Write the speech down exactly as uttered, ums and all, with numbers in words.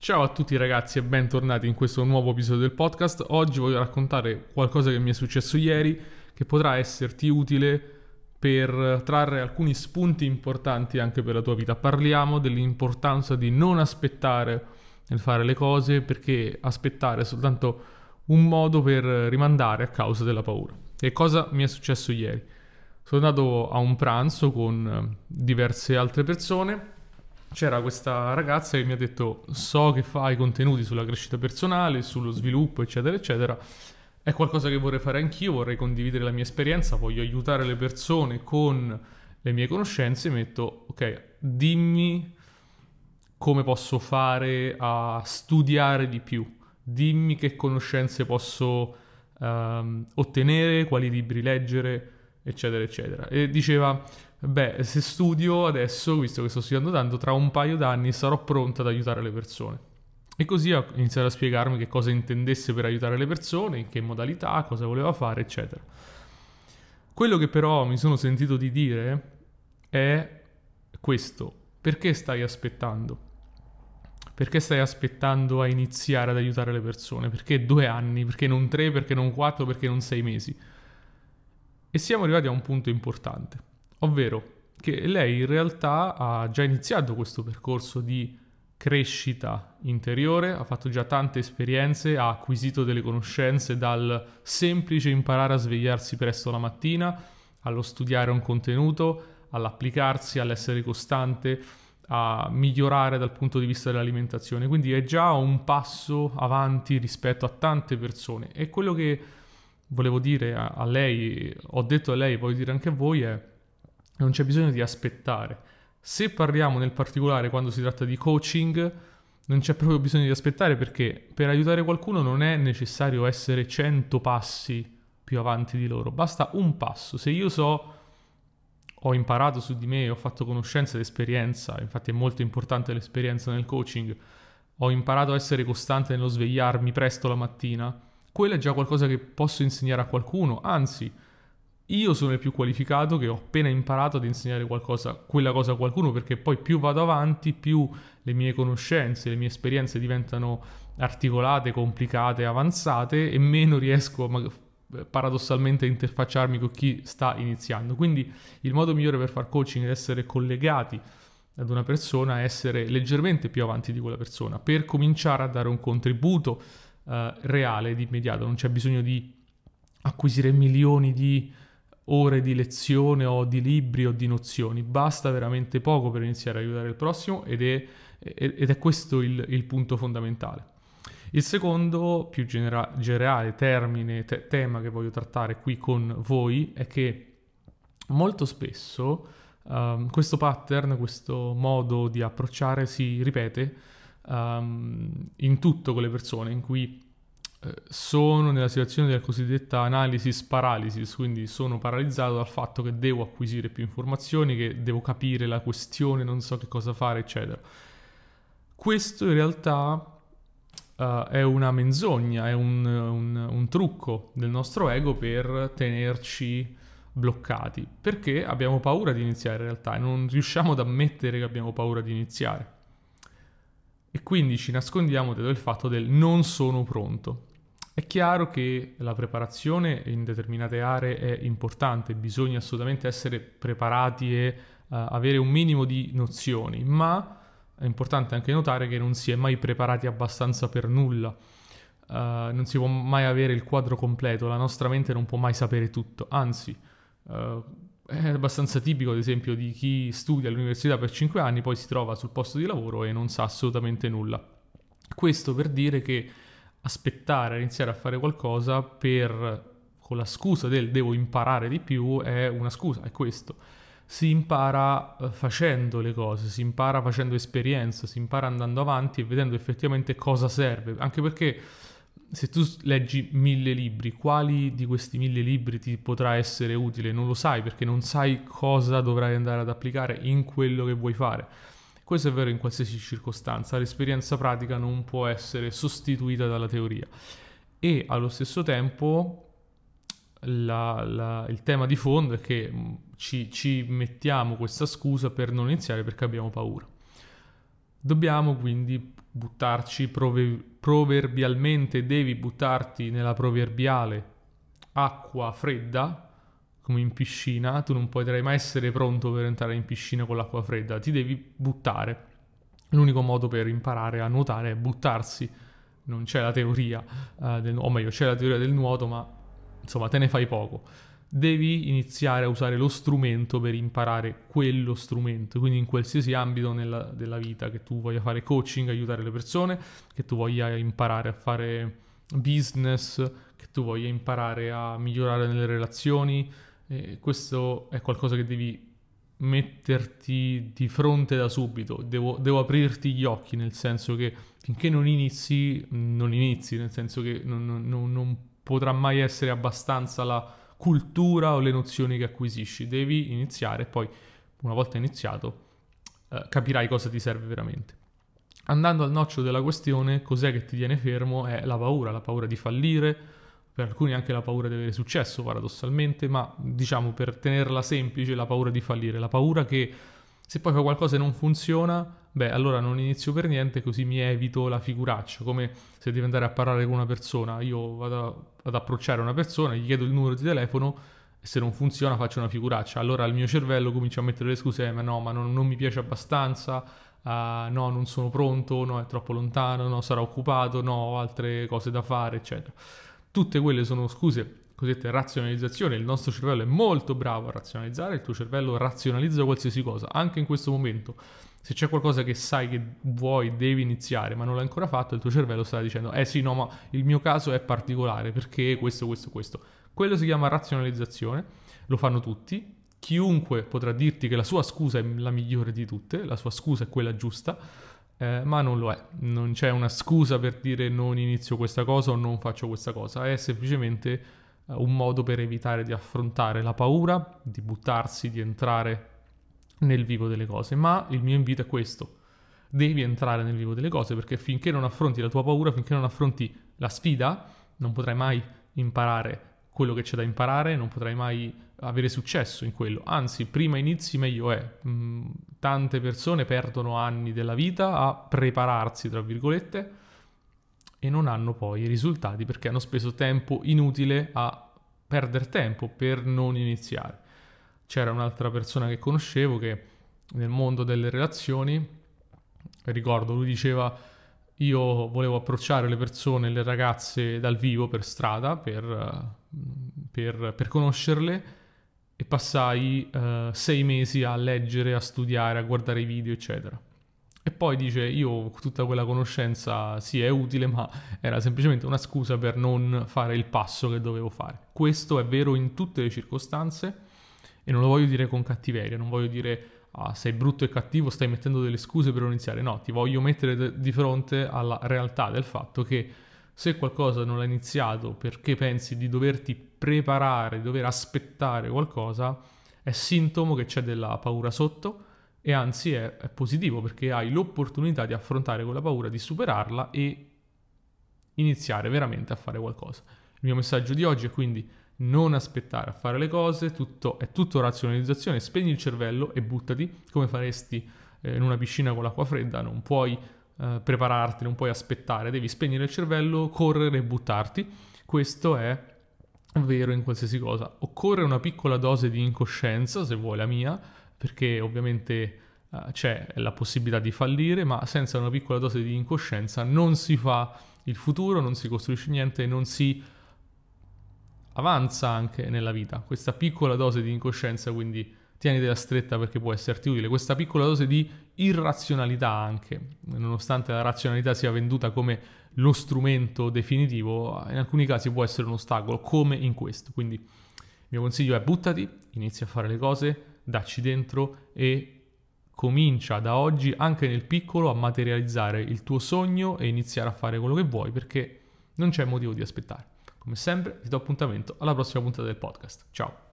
Ciao a tutti ragazzi e bentornati in questo nuovo episodio del podcast. Oggi voglio raccontare qualcosa che mi è successo ieri che potrà esserti utile per trarre alcuni spunti importanti anche per la tua vita. Parliamo dell'importanza di non aspettare nel fare le cose, perché aspettare è soltanto un modo per rimandare a causa della paura. E cosa mi è successo ieri? Sono andato a un pranzo con diverse altre persone. C'era questa ragazza che mi ha detto: so che fai contenuti sulla crescita personale, sullo sviluppo, eccetera, eccetera. È qualcosa che vorrei fare anch'io, vorrei condividere la mia esperienza, voglio aiutare le persone con le mie conoscenze. Mi ha detto: ok, dimmi come posso fare a studiare di più, dimmi che conoscenze posso ehm, ottenere, quali libri leggere, eccetera, eccetera. E diceva: beh, se studio adesso, visto che sto studiando tanto, tra un paio d'anni sarò pronta ad aiutare le persone. E così ho iniziato a spiegarmi che cosa intendesse per aiutare le persone, in che modalità, cosa voleva fare, eccetera. Quello che però mi sono sentito di dire è questo: perché stai aspettando? Perché stai aspettando a iniziare ad aiutare le persone? Perché due anni? Perché non tre? Perché non quattro? Perché non sei mesi? E siamo arrivati a un punto importante, ovvero che lei in realtà ha già iniziato questo percorso di crescita interiore, ha fatto già tante esperienze, ha acquisito delle conoscenze, dal semplice imparare a svegliarsi presto la mattina, allo studiare un contenuto, all'applicarsi, all'essere costante, a migliorare dal punto di vista dell'alimentazione. Quindi è già un passo avanti rispetto a tante persone. E quello che volevo dire a, a lei, ho detto a lei, voglio dire anche a voi, è: non c'è bisogno di aspettare. Se parliamo nel particolare quando si tratta di coaching, non c'è proprio bisogno di aspettare, perché per aiutare qualcuno non è necessario essere cento passi più avanti di loro, basta un passo. Se io so, ho imparato su di me, ho fatto conoscenza ed esperienza, infatti è molto importante l'esperienza nel coaching, ho imparato a essere costante nello svegliarmi presto la mattina, quello è già qualcosa che posso insegnare a qualcuno. Anzi, io sono il più qualificato, che ho appena imparato ad insegnare qualcosa, quella cosa a qualcuno, perché poi più vado avanti, più le mie conoscenze, le mie esperienze diventano articolate, complicate, avanzate, e meno riesco ma, paradossalmente a interfacciarmi con chi sta iniziando. Quindi il modo migliore per far coaching è essere collegati ad una persona, essere leggermente più avanti di quella persona, per cominciare a dare un contributo uh, reale, di immediato. Non c'è bisogno di acquisire milioni di ore di lezione o di libri o di nozioni, basta veramente poco per iniziare a aiutare il prossimo, ed è, ed è questo il, il punto fondamentale. Il secondo, più genera- generale termine, te- tema che voglio trattare qui con voi è che molto spesso um, questo pattern, questo modo di approcciare si ripete um, in tutto con le persone, in cui sono nella situazione della cosiddetta analysis paralysis, quindi sono paralizzato dal fatto che devo acquisire più informazioni, che devo capire la questione, non so che cosa fare, eccetera. Questo in realtà uh, è una menzogna, è un, un, un trucco del nostro ego per tenerci bloccati, perché abbiamo paura di iniziare in realtà e non riusciamo ad ammettere che abbiamo paura di iniziare. E quindi ci nascondiamo dietro il fatto del non sono pronto. È chiaro che la preparazione in determinate aree è importante, bisogna assolutamente essere preparati e uh, avere un minimo di nozioni, ma è importante anche notare che non si è mai preparati abbastanza per nulla. Uh, non si può mai avere il quadro completo, la nostra mente non può mai sapere tutto, anzi uh, è abbastanza tipico ad esempio di chi studia all'università per cinque anni, poi si trova sul posto di lavoro e non sa assolutamente nulla. Questo per dire che aspettare a iniziare a fare qualcosa per, con la scusa del devo imparare di più, è una scusa, è questo. Si impara uh, facendo le cose, si impara facendo esperienza, si impara andando avanti e vedendo effettivamente cosa serve, anche perché se tu leggi mille libri, quali di questi mille libri ti potrà essere utile? Non lo sai, perché non sai cosa dovrai andare ad applicare in quello che vuoi fare. Questo è vero in qualsiasi circostanza, l'esperienza pratica non può essere sostituita dalla teoria. E allo stesso tempo la, la, il tema di fondo è che ci, ci mettiamo questa scusa per non iniziare perché abbiamo paura. Dobbiamo quindi buttarci, prove- proverbialmente devi buttarti nella proverbiale acqua fredda, come in piscina. Tu non potrai mai essere pronto per entrare in piscina con l'acqua fredda, ti devi buttare. L'unico modo per imparare a nuotare è buttarsi. Non c'è la teoria, uh, del, o meglio, c'è la teoria del nuoto, ma insomma te ne fai poco. Devi iniziare a usare lo strumento per imparare quello strumento, quindi in qualsiasi ambito nella, della vita, che tu voglia fare coaching, aiutare le persone, che tu voglia imparare a fare business, che tu voglia imparare a migliorare nelle relazioni, eh, questo è qualcosa che devi metterti di fronte da subito. Devo, devo aprirti gli occhi, nel senso che finché non inizi, non inizi, nel senso che non, non, non potrà mai essere abbastanza la cultura o le nozioni che acquisisci. Devi iniziare e poi, una volta iniziato, eh, capirai cosa ti serve veramente. Andando al nocciolo della questione, cos'è che ti tiene fermo? È la paura, la paura di fallire, per alcuni anche la paura di avere successo, paradossalmente, ma diciamo, per tenerla semplice, la paura di fallire, la paura che se poi fa qualcosa e non funziona, beh, allora non inizio per niente, così mi evito la figuraccia. Come se devi andare a parlare con una persona, io vado ad approcciare una persona, gli chiedo il numero di telefono e se non funziona faccio una figuraccia. Allora il mio cervello comincia a mettere le scuse, eh, ma no, ma non, non mi piace abbastanza, uh, no, non sono pronto, no, è troppo lontano, no, sarò occupato, no, ho altre cose da fare, eccetera. Tutte quelle sono scuse, cosiddette razionalizzazioni. Il nostro cervello è molto bravo a razionalizzare, il tuo cervello razionalizza qualsiasi cosa, anche in questo momento. Se c'è qualcosa che sai che vuoi, devi iniziare, ma non l'hai ancora fatto, il tuo cervello sta dicendo, eh sì, no, ma il mio caso è particolare, perché questo, questo, questo. Quello si chiama razionalizzazione, lo fanno tutti. Chiunque potrà dirti che la sua scusa è la migliore di tutte, la sua scusa è quella giusta, eh, ma non lo è. Non c'è una scusa per dire non inizio questa cosa o non faccio questa cosa, è semplicemente un modo per evitare di affrontare la paura, di buttarsi, di entrare nel vivo delle cose. Ma il mio invito è questo: devi entrare nel vivo delle cose, perché finché non affronti la tua paura, finché non affronti la sfida, non potrai mai imparare quello che c'è da imparare, non potrai mai avere successo in quello. Anzi, prima inizi meglio è. Mm, tante persone perdono anni della vita a prepararsi, tra virgolette, e non hanno poi i risultati perché hanno speso tempo inutile a perdere tempo per non iniziare. C'era un'altra persona che conoscevo che nel mondo delle relazioni, ricordo, lui diceva: io volevo approcciare le persone, le ragazze dal vivo per strada, per, per, per conoscerle, e passai uh, sei mesi a leggere, a studiare, a guardare i video, eccetera. E poi dice: io tutta quella conoscenza sì è utile, ma era semplicemente una scusa per non fare il passo che dovevo fare. Questo è vero in tutte le circostanze e non lo voglio dire con cattiveria, non voglio dire ah, sei brutto e cattivo, stai mettendo delle scuse per non iniziare. No, ti voglio mettere di fronte alla realtà del fatto che se qualcosa non l'hai iniziato perché pensi di doverti preparare, di dover aspettare qualcosa, è sintomo che c'è della paura sotto. E anzi è, è positivo perché hai l'opportunità di affrontare quella paura, di superarla e iniziare veramente a fare qualcosa. Il mio messaggio di oggi è quindi non aspettare a fare le cose, tutto, è tutto razionalizzazione, spegni il cervello e buttati come faresti eh, in una piscina con l'acqua fredda. Non puoi eh, prepararti, non puoi aspettare, devi spegnere il cervello, correre e buttarti. Questo è vero in qualsiasi cosa. Occorre una piccola dose di incoscienza, se vuoi la mia, perché ovviamente uh, c'è la possibilità di fallire, ma senza una piccola dose di incoscienza non si fa il futuro, non si costruisce niente e non si avanza anche nella vita. Questa piccola dose di incoscienza, quindi tienitela stretta perché può esserti utile, questa piccola dose di irrazionalità anche, nonostante la razionalità sia venduta come lo strumento definitivo, in alcuni casi può essere un ostacolo, come in questo. Quindi il mio consiglio è: buttati, inizia a fare le cose, dacci dentro e comincia da oggi, anche nel piccolo, a materializzare il tuo sogno e iniziare a fare quello che vuoi, perché non c'è motivo di aspettare. Come sempre ti do appuntamento alla prossima puntata del podcast. Ciao!